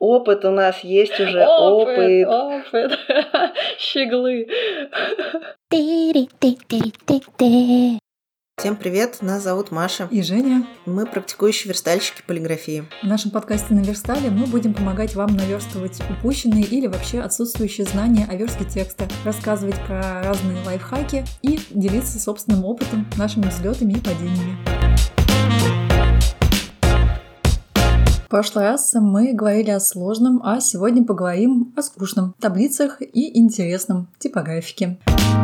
Опыт у нас есть уже, Опыт. Щеглы. Всем привет, нас зовут Маша. И Женя. Мы практикующие верстальщики полиграфии. В нашем подкасте «Наверстали» мы будем помогать вам наверстывать упущенные или вообще отсутствующие знания о верстке текста, рассказывать про разные лайфхаки и делиться собственным опытом, нашими взлетами и падениями. В прошлый раз мы говорили о сложном, а сегодня поговорим о скучном, таблицах и интересном, типографике.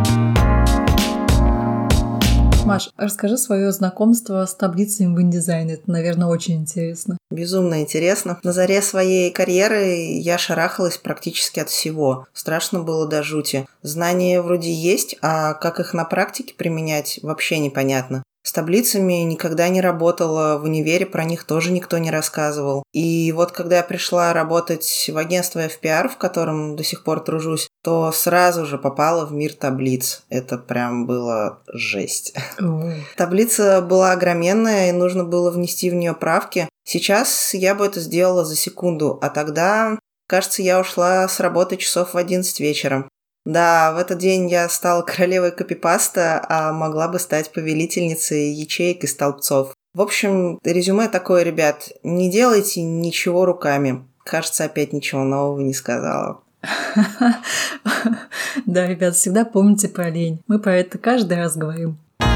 Маш, расскажи свое знакомство с таблицами в InDesign. Это, наверное, очень интересно. Безумно интересно. На заре своей карьеры я шарахалась практически от всего. Страшно было до жути. Знания вроде есть, а как их на практике применять, вообще непонятно. С таблицами никогда не работала, в универе про них тоже никто не рассказывал. И вот когда я пришла работать в агентство FPR, в котором до сих пор тружусь, то сразу же попала в мир таблиц. Это прям было жесть. Таблица была огроменная, и нужно было внести в нее правки. Сейчас я бы это сделала за секунду, а тогда, кажется, я ушла с работы часов в 11 вечера. Да, в этот день я стала королевой копипаста, а могла бы стать повелительницей ячеек и столбцов. В общем, резюме такое, ребят, не делайте ничего руками. Кажется, опять ничего нового не сказала. Да, ребят, всегда помните про лень. Мы про это каждый раз говорим.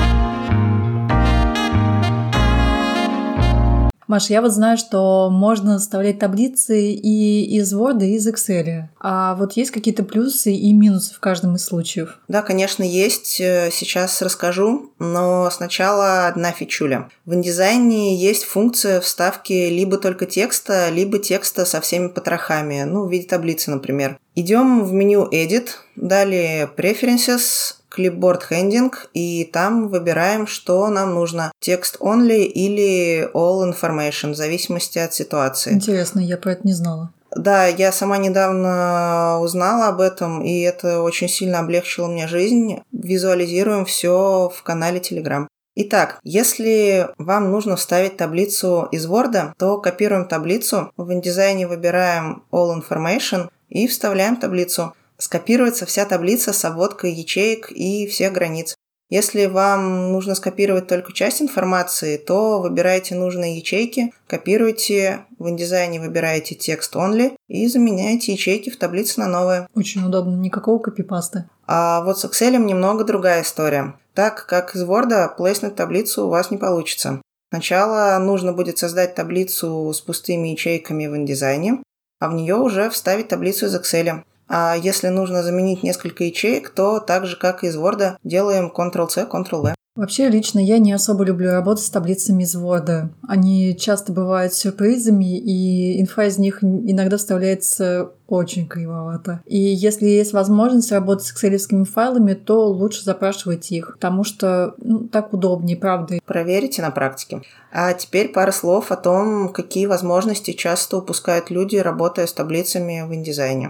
Маш, я вот знаю, что можно составлять таблицы и из Word, и из Excel. А вот есть какие-то плюсы и минусы в каждом из случаев? Да, конечно, есть. Сейчас расскажу, но сначала одна фичуля. В InDesign есть функция вставки либо только текста, либо текста со всеми потрохами, в виде таблицы, например. Идем в меню Edit, далее Preferences, Clipboard Handling, и там выбираем, что нам нужно. Text only или all information, в зависимости от ситуации. Интересно, я про это не знала. Да, я сама недавно узнала об этом, и это очень сильно облегчило мне жизнь. Визуализируем все в канале Telegram. Итак, если вам нужно вставить таблицу из Word, то копируем таблицу, в InDesign выбираем all information и вставляем таблицу. Скопируется вся таблица с обводкой ячеек и всех границ. Если вам нужно скопировать только часть информации, то выбираете нужные ячейки, копируете, в InDesign выбираете Text Only и заменяете ячейки в таблице на новые. Очень удобно, никакого копипаста. А вот с Excel немного другая история. Так как из Word плейснуть таблицу у вас не получится. Сначала нужно будет создать таблицу с пустыми ячейками в InDesign, а в нее уже вставить таблицу из Excel. А если нужно заменить несколько ячеек, то так же, как и из Word, делаем Ctrl-C, Ctrl-V. Вообще, лично я не особо люблю работать с таблицами из Word. Они часто бывают сюрпризами, и инфа из них иногда вставляется очень кривовато. И если есть возможность работать с экселевскими файлами, то лучше запрашивайте их, потому что так удобнее, правда. Проверите на практике. А теперь пара слов о том, какие возможности часто упускают люди, работая с таблицами в InDesign.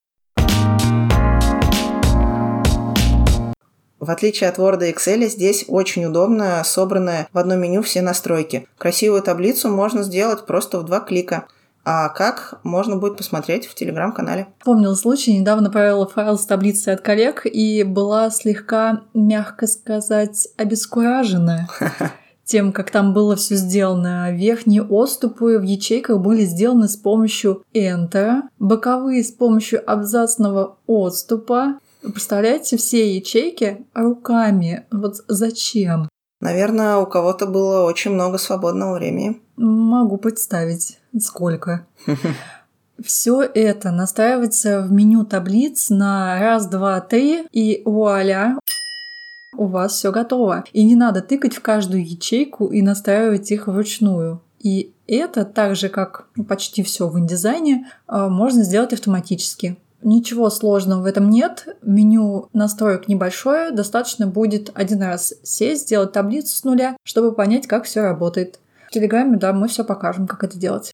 В отличие от Word и Excel, здесь очень удобно собраны в одно меню все настройки. Красивую таблицу можно сделать просто в 2 клика. А как, можно будет посмотреть в Telegram-канале. Помнила случай, недавно отправила файл с таблицей от коллег и была слегка, мягко сказать, обескуражена тем, как там было все сделано. Верхние отступы в ячейках были сделаны с помощью Enter, боковые с помощью абзацного отступа. Представляете, все ячейки руками. Вот зачем? Наверное, у кого-то было очень много свободного времени. Могу представить, сколько. Все это настраивается в меню таблиц на 1, 2, 3, и вуаля, у вас все готово. И не надо тыкать в каждую ячейку и настраивать их вручную. И это, так же как почти все в InDesign, можно сделать автоматически. Ничего сложного в этом нет. Меню настроек небольшое. Достаточно будет один раз сесть, сделать таблицу с нуля, чтобы понять, как все работает. В Телеграме, да, мы все покажем, как это делать.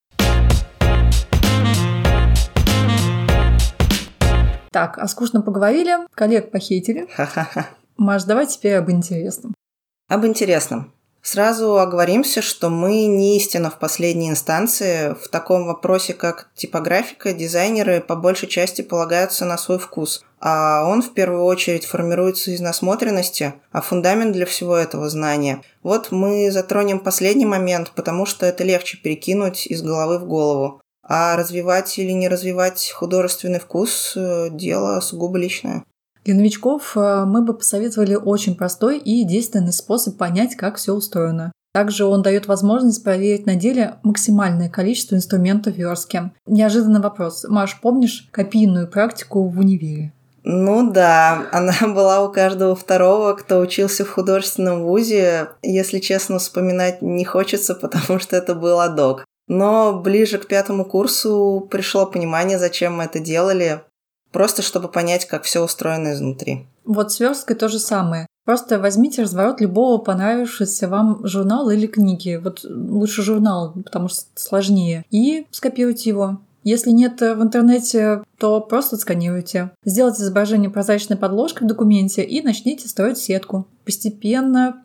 Так, о скучном поговорили, коллег похейтили. Маш, давай теперь об интересном. Об интересном. Сразу оговоримся, что мы не истина в последней инстанции. В таком вопросе, как типографика, дизайнеры по большей части полагаются на свой вкус. А он в первую очередь формируется из насмотренности, а фундамент для всего этого – знания. Вот мы затронем последний момент, потому что это легче перекинуть из головы в голову. А развивать или не развивать художественный вкус – дело сугубо личное. Для новичков мы бы посоветовали очень простой и действенный способ понять, как все устроено. Также он дает возможность проверить на деле максимальное количество инструментов верстки. Неожиданный вопрос. Маш, помнишь копийную практику в универе? Ну да, она была у каждого второго, кто учился в художественном вузе. Если честно, вспоминать не хочется, потому что это был адок. Но ближе к 5 курсу пришло понимание, зачем мы это делали. Просто чтобы понять, как все устроено изнутри. Вот с версткой то же самое. Просто возьмите разворот любого понравившегося вам журнала или книги. Вот лучше журнал, потому что сложнее. И скопируйте его. Если нет в интернете, то просто отсканируйте. Сделайте изображение прозрачной подложкой в документе и начните строить сетку. Постепенно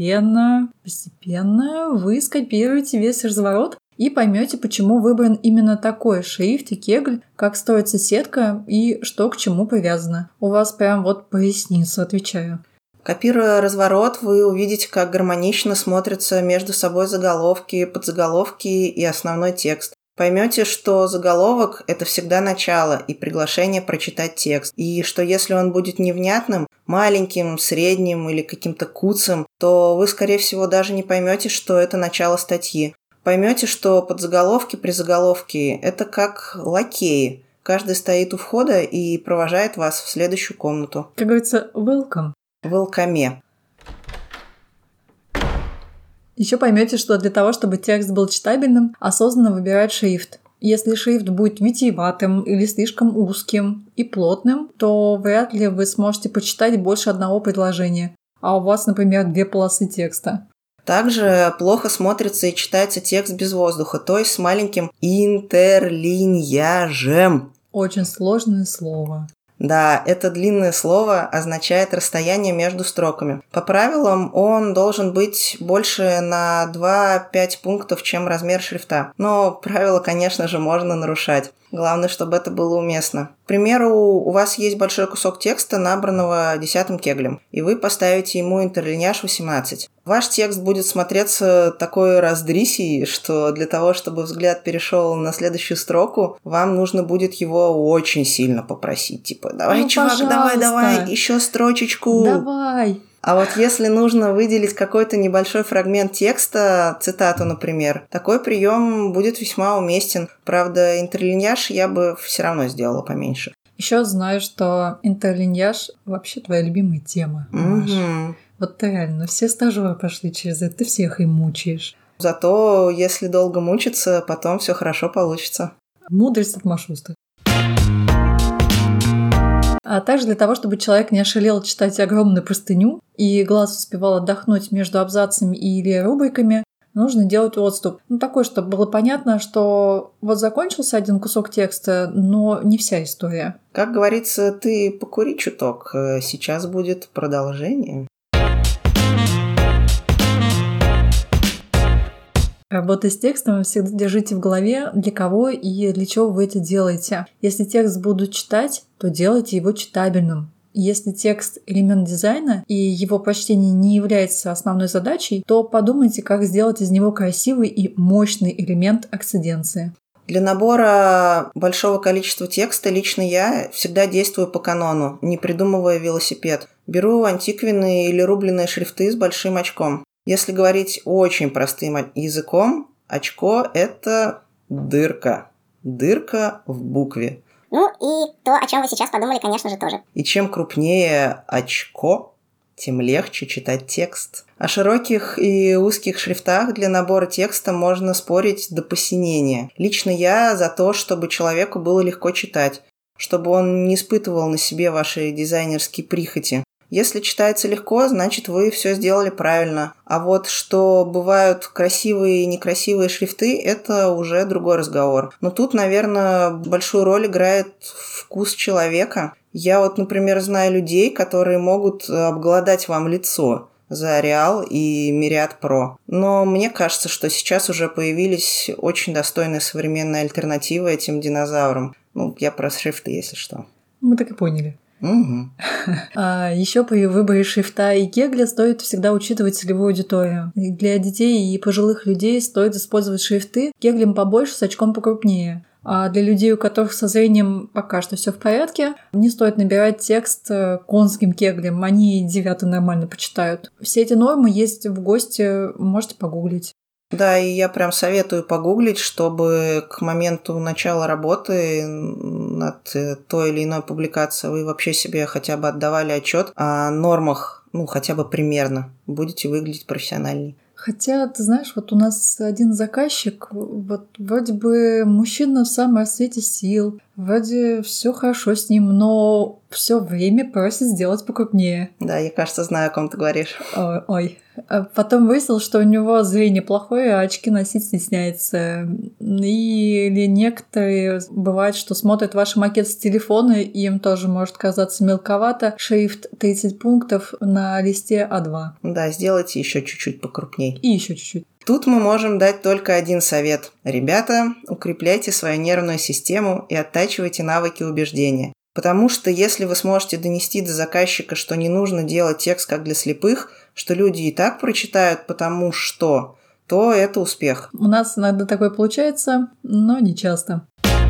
вы скопируете весь разворот и поймете, почему выбран именно такой шрифт и кегль, как строится сетка и что к чему привязано. У вас прям вот поясница, отвечаю. Копируя разворот, вы увидите, как гармонично смотрятся между собой заголовки, подзаголовки и основной текст. Поймете, что заголовок – это всегда начало и приглашение прочитать текст. И что если он будет невнятным, маленьким, средним или каким-то куцым, то вы, скорее всего, даже не поймете, что это начало статьи. Поймете, что подзаголовки, призаголовки – это как лакеи. Каждый стоит у входа и провожает вас в следующую комнату. Как говорится, welcome. Welcome. Еще поймете, что для того, чтобы текст был читабельным, осознанно выбирать шрифт. Если шрифт будет витиеватым или слишком узким и плотным, то вряд ли вы сможете прочитать больше одного предложения. А у вас, например, 2 полосы текста. Также плохо смотрится и читается текст без воздуха, то есть с маленьким интерлиньяжем. Очень сложное слово. Да, это длинное слово означает расстояние между строками. По правилам, он должен быть больше на 2-5 пунктов, чем размер шрифта. Но правила, конечно же, можно нарушать. Главное, чтобы это было уместно. К примеру, у вас есть большой кусок текста, набранного 10 кеглем, и вы поставите ему интерлиньяж 18. Ваш текст будет смотреться такой раздрисей, что для того, чтобы взгляд перешел на следующую строку, вам нужно будет его очень сильно попросить. Типа, давай, чувак, пожалуйста. давай, еще строчечку. Давай. А вот если нужно выделить какой-то небольшой фрагмент текста, цитату, например, такой прием будет весьма уместен. Правда, интерлиньяж я бы все равно сделала поменьше. Еще знаю, что интерлиньяж вообще твоя любимая тема. Угу. Вот реально, все стажеры прошли через это, ты всех им мучаешь. Зато, если долго мучиться, потом все хорошо получится. Мудрость от Машусты. А также для того, чтобы человек не ошалел читать огромную простыню и глаз успевал отдохнуть между абзацами или рубриками, нужно делать отступ. Такой, чтобы было понятно, что вот закончился один кусок текста, но не вся история. Как говорится, ты покури чуток, сейчас будет продолжение. Работая с текстом, вы всегда держите в голове, для кого и для чего вы это делаете. Если текст будут читать, то делайте его читабельным. Если текст – элемент дизайна, и его прочтение не является основной задачей, то подумайте, как сделать из него красивый и мощный элемент акциденции. Для набора большого количества текста лично я всегда действую по канону, не придумывая велосипед. Беру антиквенные или рубленые шрифты с большим очком. Если говорить очень простым языком, очко – это дырка. Дырка в букве. Ну и то, о чем вы сейчас подумали, конечно же, тоже. И чем крупнее очко, тем легче читать текст. О широких и узких шрифтах для набора текста можно спорить до посинения. Лично я за то, чтобы человеку было легко читать, чтобы он не испытывал на себе ваши дизайнерские прихоти. Если читается легко, значит вы все сделали правильно. А вот что бывают красивые и некрасивые шрифты, это уже другой разговор. Но тут, наверное, большую роль играет вкус человека. Я вот, например, знаю людей, которые могут обглодать вам лицо. за Реал и Myriad Pro. Но мне кажется, что сейчас уже появились очень достойные современные альтернативы этим динозаврам. Я про шрифты, если что. Мы так и поняли. Угу. Еще при выборе шрифта и кегля стоит всегда учитывать целевую аудиторию. Для детей и пожилых людей стоит использовать шрифты кеглем побольше, с очком покрупнее. А для людей, у которых со зрением пока что все в порядке, не стоит набирать текст конским кеглем, они 9 нормально почитают. Все эти нормы есть в ГОСТе, можете погуглить. Да, и я прям советую погуглить, чтобы к моменту начала работы над той или иной публикацией вы вообще себе хотя бы отдавали отчет о нормах, хотя бы примерно. Будете выглядеть профессиональней. Хотя, ты знаешь, вот у нас один заказчик, вот вроде бы мужчина в самом расцвете сил, вроде все хорошо с ним, но все время просит сделать покрупнее. Да, я, кажется, знаю, о ком ты говоришь. Ой. А потом выяснил, что у него зрение плохое, а очки носить стесняется. Или некоторые бывает, что смотрят ваши макеты с телефона, и им тоже может казаться мелковато. Шрифт 30 пунктов на листе А2. Да, сделайте еще чуть-чуть покрупней. И еще чуть-чуть. Тут мы можем дать только один совет. Ребята, укрепляйте свою нервную систему и оттачивайте навыки убеждения. Потому что если вы сможете донести до заказчика, что не нужно делать текст как для слепых, что люди и так прочитают потому что, то это успех. У нас иногда такое получается, но не часто.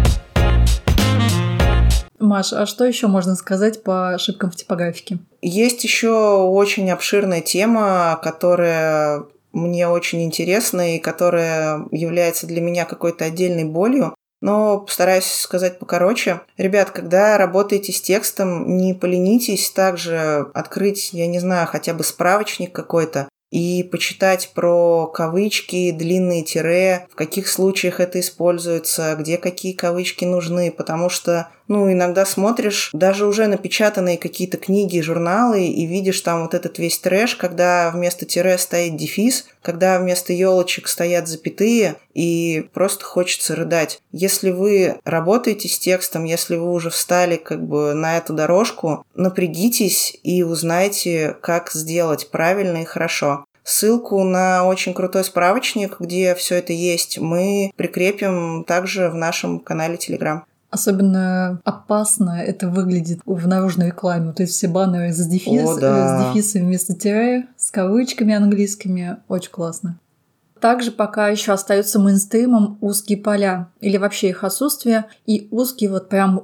Маш, а что еще можно сказать по ошибкам в типографике? Есть еще очень обширная тема, которая мне очень интересна и которая является для меня какой-то отдельной болью. Но постараюсь сказать покороче. Ребят, когда работаете с текстом, не поленитесь также открыть, хотя бы справочник какой-то и почитать про кавычки, длинные тире, в каких случаях это используется, где какие кавычки нужны, потому что, иногда смотришь даже уже напечатанные какие-то книги, журналы и видишь там вот этот весь трэш, когда вместо тире стоит дефис, когда вместо елочек стоят запятые, и просто хочется рыдать. Если вы работаете с текстом, если вы уже встали на эту дорожку, напрягитесь и узнайте, как сделать правильно и хорошо. Ссылку на очень крутой справочник, где все это есть, мы прикрепим также в нашем канале Telegram. Особенно опасно это выглядит в наружной рекламе. Вот эти все баннеры с дефисами вместо тире, с кавычками английскими. Очень классно. Также пока еще остаются мейнстримом узкие поля или вообще их отсутствие и узкие прям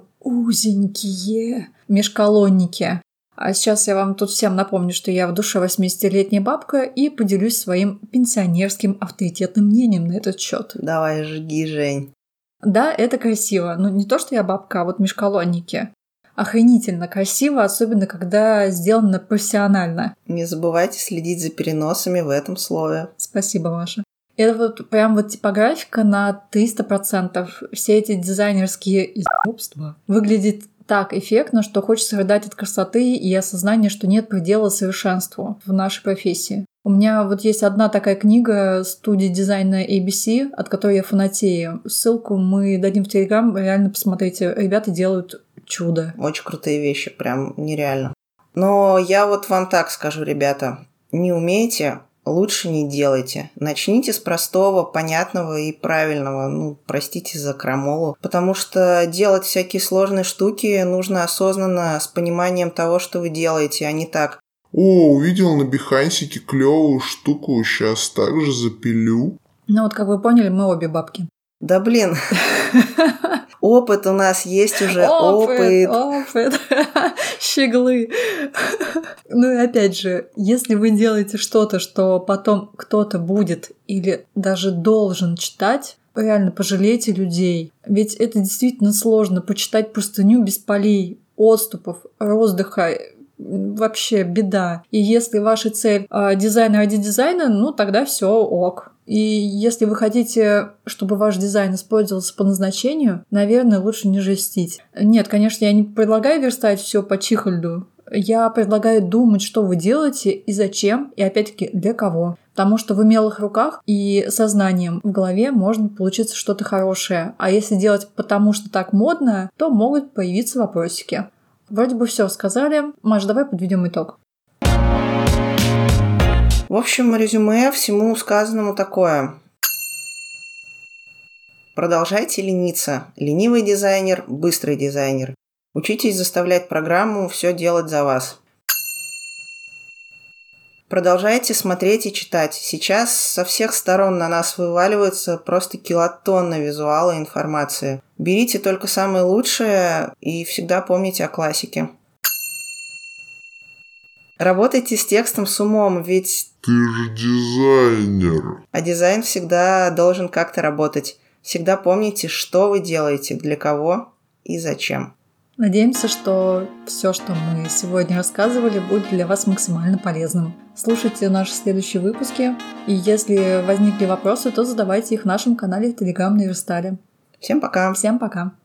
узенькие межколонники. А сейчас я вам тут всем напомню, что я в душе 80-летняя бабка и поделюсь своим пенсионерским авторитетным мнением на этот счет. Давай, жги, Жень. Да, это красиво. Но не то, что я бабка, а межколонники. Охренительно красиво, особенно когда сделано профессионально. Не забывайте следить за переносами в этом слове. Спасибо, Маша. Это прям типографика на 300%. Все эти дизайнерские изъебства выглядит так эффектно, что хочется рыдать от красоты и осознания, что нет предела совершенству в нашей профессии. У меня есть одна такая книга студии дизайна ABC, от которой я фанатею. Ссылку мы дадим в Telegram, реально посмотрите. Ребята делают чудо. Очень крутые вещи, прям нереально. Но я вам так скажу, ребята, не умеете, лучше не делайте. Начните с простого, понятного и правильного. Простите за крамолу. Потому что делать всякие сложные штуки нужно осознанно, с пониманием того, что вы делаете, а не так. Увидел на Бихансике клевую штуку, сейчас также запилю. Как вы поняли, мы обе бабки. Да блин. Опыт у нас есть уже. Опыт. Щеглы. И опять же, если вы делаете что-то, что потом кто-то будет или даже должен читать, реально пожалейте людей. Ведь это действительно сложно. Почитать простыню без полей, отступов, роздыха. Вообще беда. И если ваша цель дизайн ради дизайна, тогда все ок. И если вы хотите, чтобы ваш дизайн использовался по назначению, наверное, лучше не жестить. Нет, конечно, я не предлагаю верстать все по чихольду. Я предлагаю думать, что вы делаете и зачем, и опять-таки для кого. Потому что в умелых руках и сознанием в голове можно получиться что-то хорошее. А если делать потому, что так модно, то могут появиться вопросики. Вроде бы все сказали. Маш, давай подведем итог. В общем, резюме всему сказанному такое. Продолжайте лениться. Ленивый дизайнер – быстрый дизайнер. Учитесь заставлять программу все делать за вас. Продолжайте смотреть и читать. Сейчас со всех сторон на нас вываливается просто килотонна визуала и информации. Берите только самое лучшее и всегда помните о классике. Работайте с текстом с умом, ведь Ты же дизайнер. а дизайн всегда должен как-то работать. Всегда помните, что вы делаете, для кого и зачем. Надеемся, что все, что мы сегодня рассказывали, будет для вас максимально полезным. Слушайте наши следующие выпуски, и если возникли вопросы, то задавайте их в нашем канале в Telegram на Верстале. Всем пока! Всем пока!